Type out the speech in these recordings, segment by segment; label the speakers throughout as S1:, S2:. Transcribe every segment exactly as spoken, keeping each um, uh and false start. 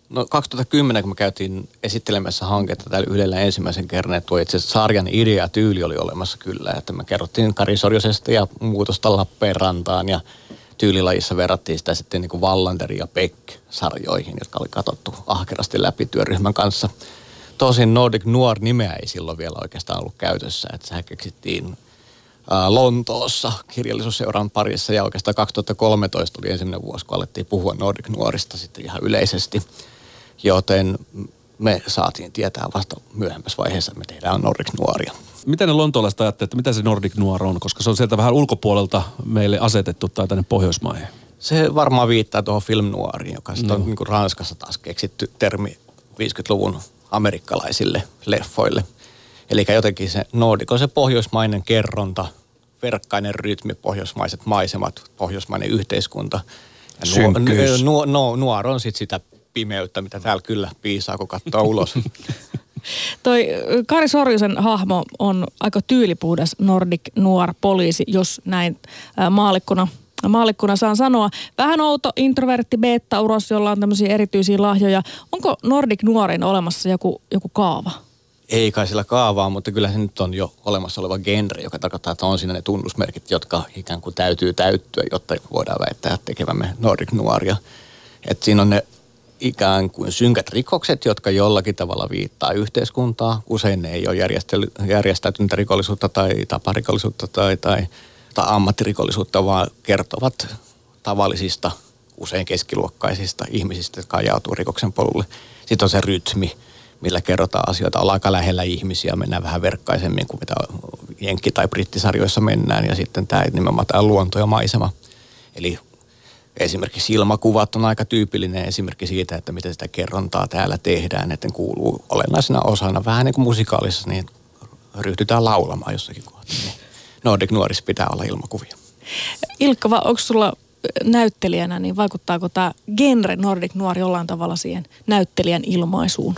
S1: No kaksituhattakymmenen, kun me käytiin esittelemässä hanketta täällä Ylellä ensimmäisen kerran, että tuo itse asiassa sarjan idea ja tyyli oli olemassa kyllä. Että me kerrottiin Kari Sorjosesta ja muutosta Lappeenrantaan ja tyylilajissa verrattiin sitä sitten niin kuin Wallander ja Beck-sarjoihin, jotka oli katsottu ahkerasti läpi työryhmän kanssa. Tosin Nordic Noir-nimeä ei silloin vielä oikeastaan ollut käytössä, että sehän keksittiin ää, Lontoossa kirjallisuusseuran parissa ja oikeastaan kaksituhattakolmetoista oli ensimmäinen vuosi, kun alettiin puhua Nordic Noirista sitten ihan yleisesti, joten me saatiin tietää vasta myöhemmässä vaiheessa, että me tehdään Nordic Noiria.
S2: Miten ne lontoolaiset ajattelee, että mitä se Nordic Noir on, koska se on sieltä vähän ulkopuolelta meille asetettu tai tänne Pohjoismaihin?
S1: Se varmaan viittaa tuohon film noiriin, joka no. on niin kuin Ranskassa taas keksitty termi viisikymmentäluvun amerikkalaisille leffoille. Eli jotenkin se Nordic on se pohjoismainen kerronta, verkkainen rytmi, pohjoismaiset maisemat, pohjoismainen yhteiskunta.
S2: Synkkyys.
S1: Nuor no, nuor on sitten sitä pimeyttä, mitä täällä kyllä piisaa, kun katsoo ulos.
S3: Toi Kari Sorjosen hahmo on aika tyylipuhdas Nordic Noir poliisi, jos näin ää, maallikkona, maallikkona saan sanoa. Vähän outo, introvertti, beta-uros, jolla on tämmöisiä erityisiä lahjoja. Onko Nordic Noirin olemassa joku, joku kaava?
S1: Ei kai sillä kaavaa, mutta kyllä se nyt on jo olemassa oleva genre, joka tarkoittaa, että on siinä ne tunnusmerkit, jotka ikään kuin täytyy täyttyä, jotta voidaan väittää tekevämme Nordic Noiria. Että siinä on ne ikään kuin synkät rikokset, jotka jollakin tavalla viittaa yhteiskuntaa. Usein ne ei ole järjestäytynyttä rikollisuutta tai taparikollisuutta tai, tai, tai ammattirikollisuutta, vaan kertovat tavallisista, usein keskiluokkaisista ihmisistä, jotka ajautuu rikoksen polulle. Sitten on se rytmi, millä kerrotaan asioita. Ollaan aika lähellä ihmisiä, mennään vähän verkkaisemmin kuin mitä jenkki- tai brittisarjoissa mennään. Ja sitten tämä nimenomaan tämä luonto ja maisema. Eli esimerkiksi ilmakuvat on aika tyypillinen esimerkki siitä, että miten sitä kerrontaa täällä tehdään, että kuuluu olennaisena osana. Vähän niin kuin musikaalissa, niin ryhdytään laulamaan jossakin kohtaa. Nordic Noirissa pitää olla ilmakuvia.
S3: Ilkka, onko sulla näyttelijänä, niin vaikuttaako tämä genre Nordic Noir jollain tavalla siihen näyttelijän ilmaisuun?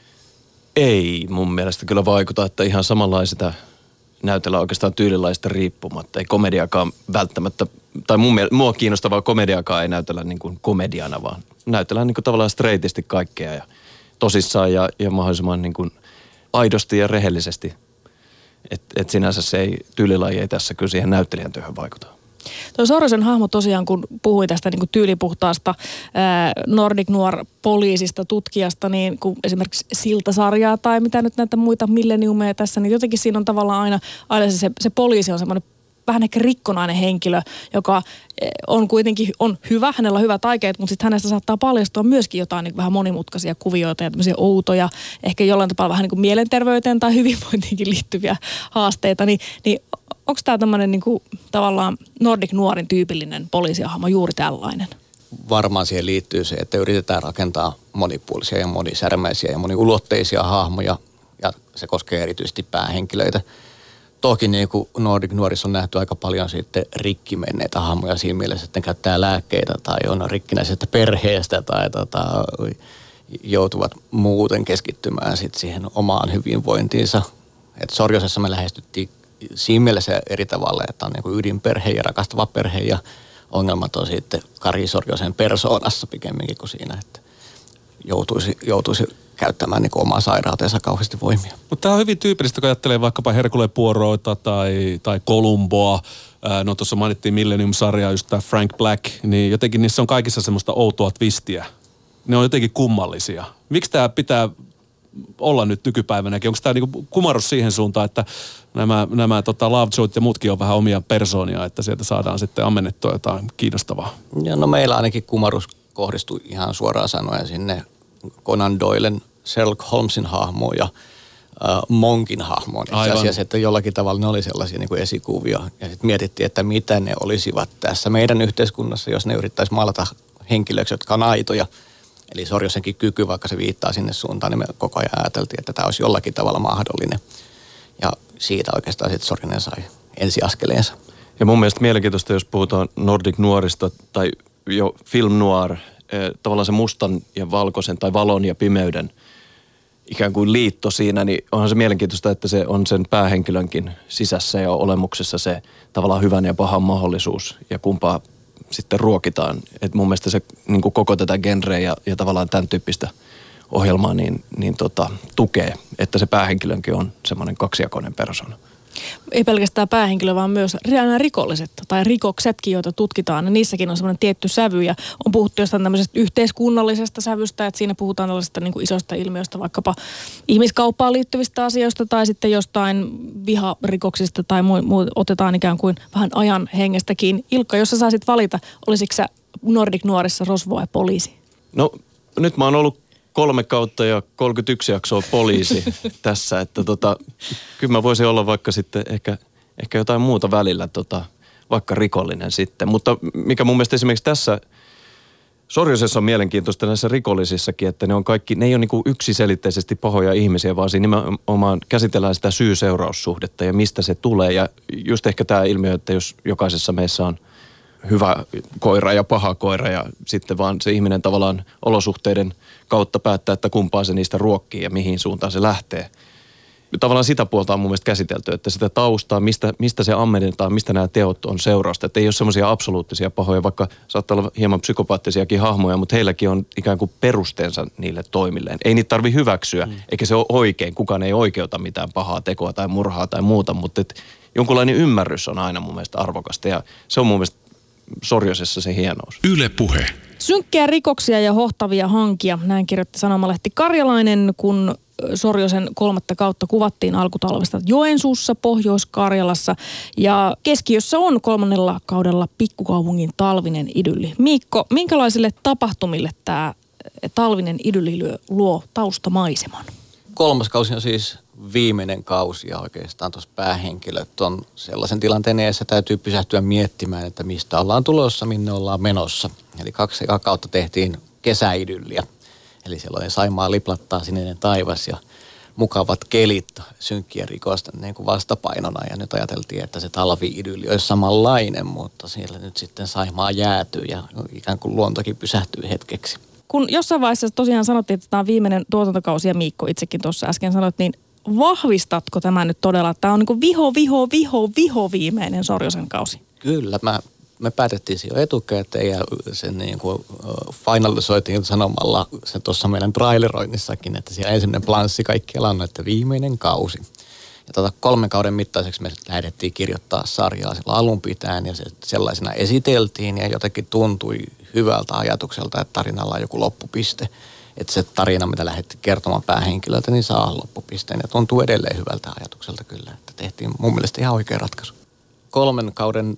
S4: Ei mun mielestä kyllä vaikuta, että ihan samanlaista näytellään oikeastaan tyylilaista riippumatta. Ei komediakaan välttämättä, tai mun mielestä, mua kiinnostavaa komediakaan ei näytellä niin kuin komediana, vaan näytellään niin kuin tavallaan straightisti kaikkea ja tosissaan ja, ja mahdollisimman niin kuin aidosti ja rehellisesti. Että et sinänsä se ei, tyylilaji ei tässä kyllä siihen näyttelijän työhön vaikuta.
S3: Tuo Sorjosen hahmo tosiaan, kun puhui tästä niin kuin tyylipuhtaasta ää, Nordic Noir-poliisista, tutkijasta, niin kun esimerkiksi Siltasarjaa tai mitä nyt näitä muita milleniumeja tässä, niin jotenkin siinä on tavallaan aina, aina se, se poliisi on semmoinen vähän ehkä rikkonainen henkilö, joka on kuitenkin on hyvä, hänellä on hyvät aikeet, mutta sitten hänestä saattaa paljastua myöskin jotain niin vähän monimutkaisia kuvioita ja tämmöisiä outoja, ehkä jollain tapaa vähän niin kuin mielenterveyteen tai hyvinvointiinkin liittyviä haasteita, niin, niin onko tämä tämmöinen niin kuin tavallaan Nordic Noirin tyypillinen poliisihahmo juuri tällainen?
S1: Varmaan siihen liittyy se, että yritetään rakentaa monipuolisia ja monisärmäisiä ja moniulotteisia hahmoja, ja se koskee erityisesti päähenkilöitä. Toki niin kuin Nordic Noirissa on nähty aika paljon sitten rikki menneitä hahmoja siinä mielessä, että ne käyttää lääkkeitä tai on rikkinäisestä perheestä tai tota, joutuvat muuten keskittymään sitten siihen omaan hyvinvointiinsa. Et Sorjosessa me lähestyttiin siinä mielessä eri tavalla, että on niin kuin ydinperhe ja rakastava perhe ja ongelmat on sitten Kari Sorjosen persoonassa pikemminkin kuin siinä, että joutuisi, joutuisi käyttämään niin kuin omaa sairautensa kauheasti voimia.
S2: Mutta tämä on hyvin tyypillistä, kun ajattelee vaikkapa Hercule Poirota tai, tai Columboa. No tuossa mainittiin Millennium-sarjaa, just tämä Frank Black, niin jotenkin niissä on kaikissa semmoista outoa twistiä. Ne on jotenkin kummallisia. Miksi tämä pitää olla nyt nykypäivänäkin? Onko tämä niinku kumarrus siihen suuntaan, että nämä, nämä tota Lovejoyt ja muutkin on vähän omia persoonia, että sieltä saadaan sitten ammennettua jotain kiinnostavaa?
S1: Ja no meillä ainakin kumarrus kohdistui ihan suoraan sanoen sinne Conan Doylen Sherlock Holmesin hahmoon ja äh, Monkin hahmoon. Itse asiassa, että jollakin tavalla ne oli sellaisia niin kuin esikuvia. Ja sitten mietittiin, että mitä ne olisivat tässä meidän yhteiskunnassa, jos ne yrittäisi maalata henkilöiksi, jotka on aitoja. Eli Sorjosenkin kyky, vaikka se viittaa sinne suuntaan, niin me koko ajan ajateltiin, että tämä olisi jollakin tavalla mahdollinen. Ja siitä oikeastaan sitten Sorjonen sai ensiaskeleensa.
S4: Ja mun mielestä mielenkiintoista, jos puhutaan Nordic Noirista tai jo film noir, tavallaan se mustan ja valkoisen tai valon ja pimeyden ikään kuin liitto siinä, niin onhan se mielenkiintoista, että se on sen päähenkilönkin sisässä ja olemuksessa se tavallaan hyvän ja pahan mahdollisuus ja kumpaa sitten ruokitaan. Et mun mielestä se niin kuin koko tätä genreä ja, ja tavallaan tämän tyyppistä ohjelmaa niin, niin tota, tukee, että se päähenkilönkin on semmoinen kaksijakoinen persona.
S3: Ei pelkästään päähenkilö, vaan myös nämä rikolliset tai rikoksetkin, joita tutkitaan. Ja niissäkin on semmoinen tietty sävy ja on puhuttu jostain tämmöisestä yhteiskunnallisesta sävystä, että siinä puhutaan tällaisista niin kuin isoista ilmiöistä, vaikkapa ihmiskauppaan liittyvistä asioista tai sitten jostain viharikoksista tai muu, muu, otetaan ikään kuin vähän ajan hengestäkin. Ilkka, jos sä saisit valita, olisitko sä Nordic Nuorissa rosvo vai poliisi?
S4: No nyt mä oon ollut kolme kautta ja kolmekymmentäyksi jaksoa poliisi tässä, että tota, kyllä mä voisin olla vaikka sitten ehkä, ehkä jotain muuta välillä, tota, vaikka rikollinen sitten. Mutta mikä mun mielestä esimerkiksi tässä Sorjosessa on mielenkiintoista näissä rikollisissakin, että ne on kaikki, ne ei ole niin kuin yksiselitteisesti pahoja ihmisiä, vaan siinä nimenomaan käsitellään sitä syy-seuraussuhdetta ja mistä se tulee. Ja just ehkä tämä ilmiö, että jos jokaisessa meissä on hyvä koira ja paha koira ja sitten vaan se ihminen tavallaan olosuhteiden kautta päättää, että kumpaa se niistä ruokkii ja mihin suuntaan se lähtee. Tavallaan sitä puolta on mun mielestä käsitelty, että sitä taustaa, mistä, mistä se ammennetaan, mistä nämä teot on seurausta. Että ei ole semmoisia absoluuttisia pahoja, vaikka saattaa olla hieman psykopaattisiakin hahmoja, mutta heilläkin on ikään kuin perusteensa niille toimilleen. Ei niitä tarvitse hyväksyä, mm. eikä se ole oikein. Kukaan ei oikeuta mitään pahaa tekoa tai murhaa tai muuta, mutta et jonkunlainen ymmärrys on aina mun mielestä arvokasta ja se on mun mielestä Sorjosessa se hienous.
S5: Yle Puhe.
S3: Synkkiä rikoksia ja hohtavia hankia, näin kirjoitti sanomalehti Karjalainen, kun Sorjosen kolmatta kautta kuvattiin alkutalvesta Joensuussa, Pohjois-Karjalassa. Ja keskiössä on kolmannella kaudella pikkukaupungin talvinen idylli. Miikko, minkälaisille tapahtumille tämä talvinen idylli luo taustamaiseman?
S1: Kolmas kausi on siis viimeinen kausi ja oikeastaan tuossa päähenkilöt on sellaisen tilanteen edessä, täytyy pysähtyä miettimään, että mistä ollaan tulossa, minne ollaan menossa. Eli kaksi kautta tehtiin kesäidylliä. Eli sellainen Saimaa liplattaa sininen taivas ja mukavat kelit synkkien rikosten niin kuin vastapainona. Ja nyt ajateltiin, että se talvi-idylli olisi samanlainen, mutta siellä nyt sitten Saimaa jäätyy ja ikään kuin luontokin pysähtyy hetkeksi.
S3: Kun jossain vaiheessa tosiaan sanottiin, että tämä on viimeinen tuotantokausi ja Miikko itsekin tuossa äsken sanoit, niin vahvistatko tämä nyt todella, että tämä on niin kuin viho, viho, viho, viho viimeinen Sorjosen kausi?
S1: Kyllä, mä, me päätettiin siinä jo etukäteen ja sen niin kuin uh, finalisoitiin sanomalla se tuossa meidän traileroinnissakin, että siellä ensimmäinen planssi kaikkialla on, että viimeinen kausi. Ja tota kolmen kauden mittaiseksi me lähdettiin kirjoittaa sarjaa sillä alun pitäen ja se sellaisena esiteltiin ja jotenkin tuntui hyvältä ajatukselta, että tarinalla on joku loppupiste. Että se tarina, mitä lähdettiin kertomaan päähenkilöltä, niin saa loppupisteen. Ja tuntuu edelleen hyvältä ajatukselta kyllä, että tehtiin mun mielestä ihan oikea ratkaisu. Kolmen kauden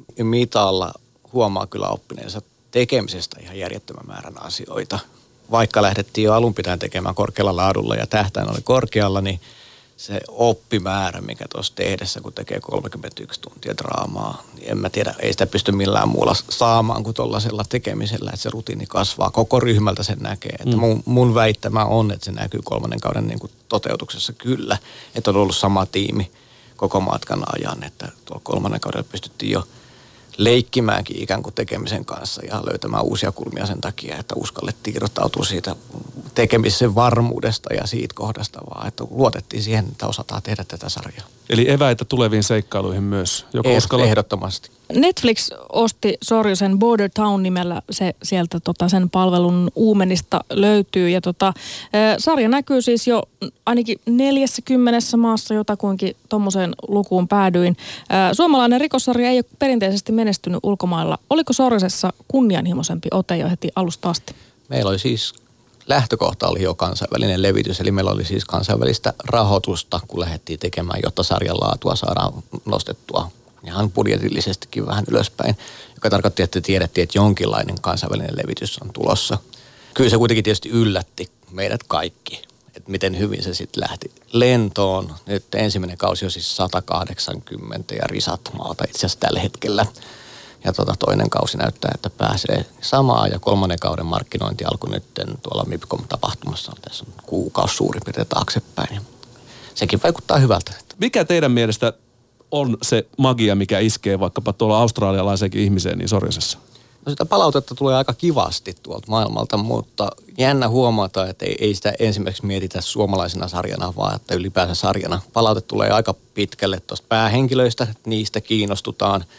S1: mitalla huomaa kyllä oppineensa tekemisestä ihan järjettömän määrän asioita. Vaikka lähdettiin jo alun pitäen tekemään korkealla laadulla ja tähtäin oli korkealla, niin se oppimäärä, mikä tuossa tehdessä, kun tekee kolmekymmentäyksi tuntia draamaa, niin en mä tiedä, ei sitä pysty millään muulla saamaan kuin tuollaisella tekemisellä, että se rutiini kasvaa. Koko ryhmältä sen näkee. Että
S2: Mm.
S1: mun, mun väittämä on, että se näkyy kolmannen kauden niin kuin toteutuksessa kyllä, että on ollut sama tiimi koko matkan ajan, että tuolla kolmannen kaudella pystyttiin jo leikkimäänkin ikään kuin tekemisen kanssa ja löytämään uusia kulmia sen takia, että uskallettiin irrottautua siitä tekemisen varmuudesta ja siitä kohdasta, vaan että luotettiin siihen, että osataan tehdä tätä sarjaa.
S2: Eli eväitä tuleviin seikkailuihin myös. Joko
S1: Ehdot-
S2: uskalla...
S1: Ehdottomasti.
S3: Netflix osti Sorjosen Border Town nimellä, se sieltä tota, sen palvelun uumenista löytyy. Ja tota, ä, sarja näkyy siis jo ainakin neljässäkymmenessä maassa, jotakuinkin tommoseen lukuun päädyin. Ä, suomalainen rikossarja ei ole perinteisesti menestynyt ulkomailla. Oliko Sorjosessa kunnianhimoisempi ote jo heti alusta asti?
S1: Meillä oli siis, lähtökohta oli jo kansainvälinen levitys, eli meillä oli siis kansainvälistä rahoitusta, kun lähdettiin tekemään, jotta sarjan laatua saadaan nostettua ihan budjetillisestikin vähän ylöspäin, joka tarkoitti, että tiedettiin, että jonkinlainen kansainvälinen levitys on tulossa. Kyllä se kuitenkin tietysti yllätti meidät kaikki, että miten hyvin se sitten lähti lentoon. Nyt ensimmäinen kausi on siis sata kahdeksankymmentä ja risat maalta itse asiassa tällä hetkellä. Ja tota toinen kausi näyttää, että pääsee samaan ja kolmannen kauden markkinointi alkoi nyt tuolla MIPCOM-tapahtumassa. Tässä on kuukausi suurin piirtein taaksepäin. Ja sekin vaikuttaa hyvältä.
S2: Mikä teidän mielestä on se magia, mikä iskee vaikkapa tuolla australialaisenkin ihmiseen niin Sorjosessa?
S1: No sitä palautetta tulee aika kivasti tuolta maailmalta, mutta jännä huomata, että ei, ei sitä ensimmäiseksi mietitä suomalaisena sarjana, vaan että ylipäänsä sarjana. Palaute tulee aika pitkälle tuosta päähenkilöistä, että niistä kiinnostutaan.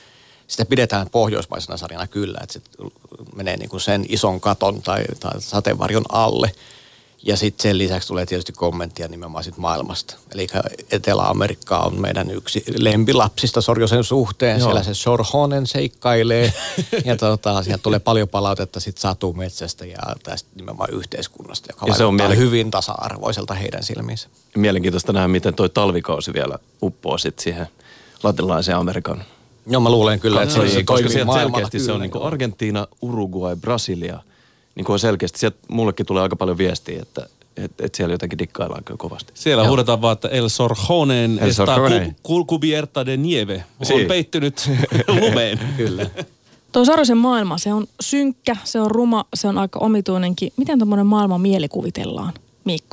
S1: sitä pidetään pohjoismaisena sarjana kyllä, että se menee niin kuin sen ison katon tai, tai sateenvarjon alle. Ja sitten sen lisäksi tulee tietysti kommenttia nimenomaan sit maailmasta. Eli Etelä-Amerikka on meidän yksi lempilapsista Sorjosen suhteen. Joo. Siellä se Sorhonen seikkailee ja tota, sieltä tulee paljon palautetta sit satumetsästä ja tästä nimenomaan yhteiskunnasta, joka ja vaikuttaa mielen... hyvin tasa-arvoiselta heidän silmiinsä.
S4: Mielenkiintoista nähdä, miten toi talvikausi vielä uppoo sit siihen latinalaisen Amerikan.
S1: Joo, mä luulen kyllä, että se, se
S4: koska sieltä selkeästi se on niin kuin Argentiina, Uruguay, Brasilia. Niin kuin selkeästi, sieltä mullekin tulee aika paljon viestiä, että et, et siellä jotenkin dikkaillaan kyllä kovasti.
S2: Siellä Joo. huudetaan vaan, että El Sorjonen está cu, cubierta de nieve. On peittynyt lumeen.
S1: Kyllä.
S3: Tuo Sarosen maailma, se on synkkä, se on ruma, se on aika omituinenkin. Miten tuommoinen maailma mielikuvitellaan, Miikko?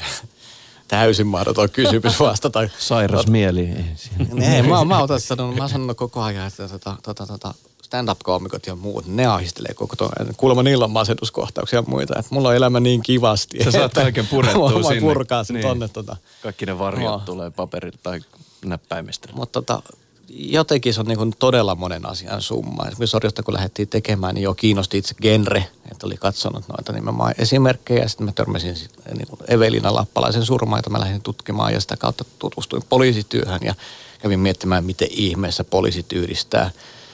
S1: Täysin mahdoton kysymys vastata.
S4: Sairas mieli.
S1: Ei, mä, mä oon tässä sanonut, mä oon sanonut koko ajan, että tota, tota, tota, stand-up-koomikot ja muut, ne ahistelee koko tuon. Kuulemma niillä on masennuskohtauksia ja muita. Että mulla on elämä niin kivasti.
S4: Sä saat kaiken purettua sinne.
S1: Mä purkaa sen niin. tonne. Tota.
S4: Kaikki ne varjot no. tulee paperille tai näppäimistä.
S1: Mutta tota, jotenkin se on niin kuin todella monen asian summa. Esimerkiksi Sorjosta kun lähdettiin tekemään, niin jo kiinnosti itse genre. Että oli katsonut noita nimenomaan esimerkkejä. Ja sitten mä törmäsin niin kuin Evelina Lappalaisen surmaa, jota mä lähdin tutkimaan. Ja sitä kautta tutustuin poliisityöhön ja kävin miettimään, miten ihmeessä poliisit yhdistää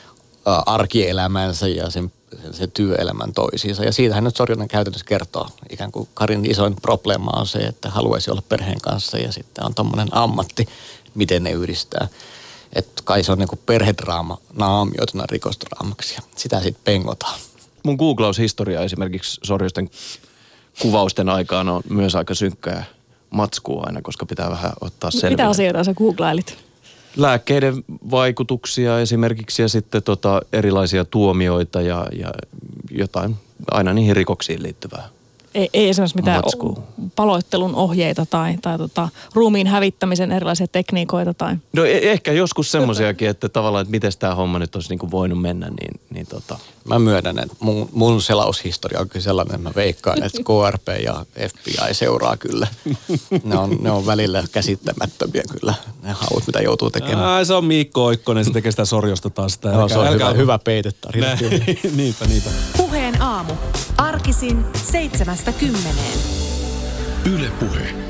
S1: arkielämänsä ja sen, sen työelämän toisiinsa. Ja siitähän nyt Sorjonen käytännössä kertoo. Ikään kuin Karin isoin probleema on se, että haluaisi olla perheen kanssa ja sitten on tommoinen ammatti, miten ne yhdistää. Että kai se on niin kuin perhedraama naamioituna rikosdraamaksi ja sitä sitten pengotaan.
S4: Mun googlaushistoria esimerkiksi Sorjosten kuvausten aikaan on myös aika synkkää matskua aina, koska pitää vähän ottaa selville.
S3: Mitä asioita sä googlailit?
S4: Lääkkeiden vaikutuksia esimerkiksi ja sitten tota erilaisia tuomioita ja, ja jotain aina niihin rikoksiin liittyvää.
S3: Ei, ei esimerkiksi mitään o- paloittelun ohjeita tai, tai tota, ruumiin hävittämisen erilaisia tekniikoita tai...
S4: No e- ehkä joskus semmoisiakin, että tavallaan, että miten tämä homma nyt olisi niinku voinut mennä, niin, niin tota...
S1: Mä myönnän, että mun, mun selaushistoria on kyllä sellainen, että mä veikkaan, että K R P ja F B I seuraa kyllä. Ne on, ne on välillä käsittämättömiä kyllä, ne haut, mitä joutuu tekemään.
S2: Aa, se on Miikko Oikkonen, se tekee sitä Sorjosta taas. Sitä.
S1: No, se on älkää... hyvä, hyvä peitetarina.
S2: niinpä, niinpä.
S5: Puheen aamu. Arkisin seitsemästä kymmeneen.
S6: Yle Puhe.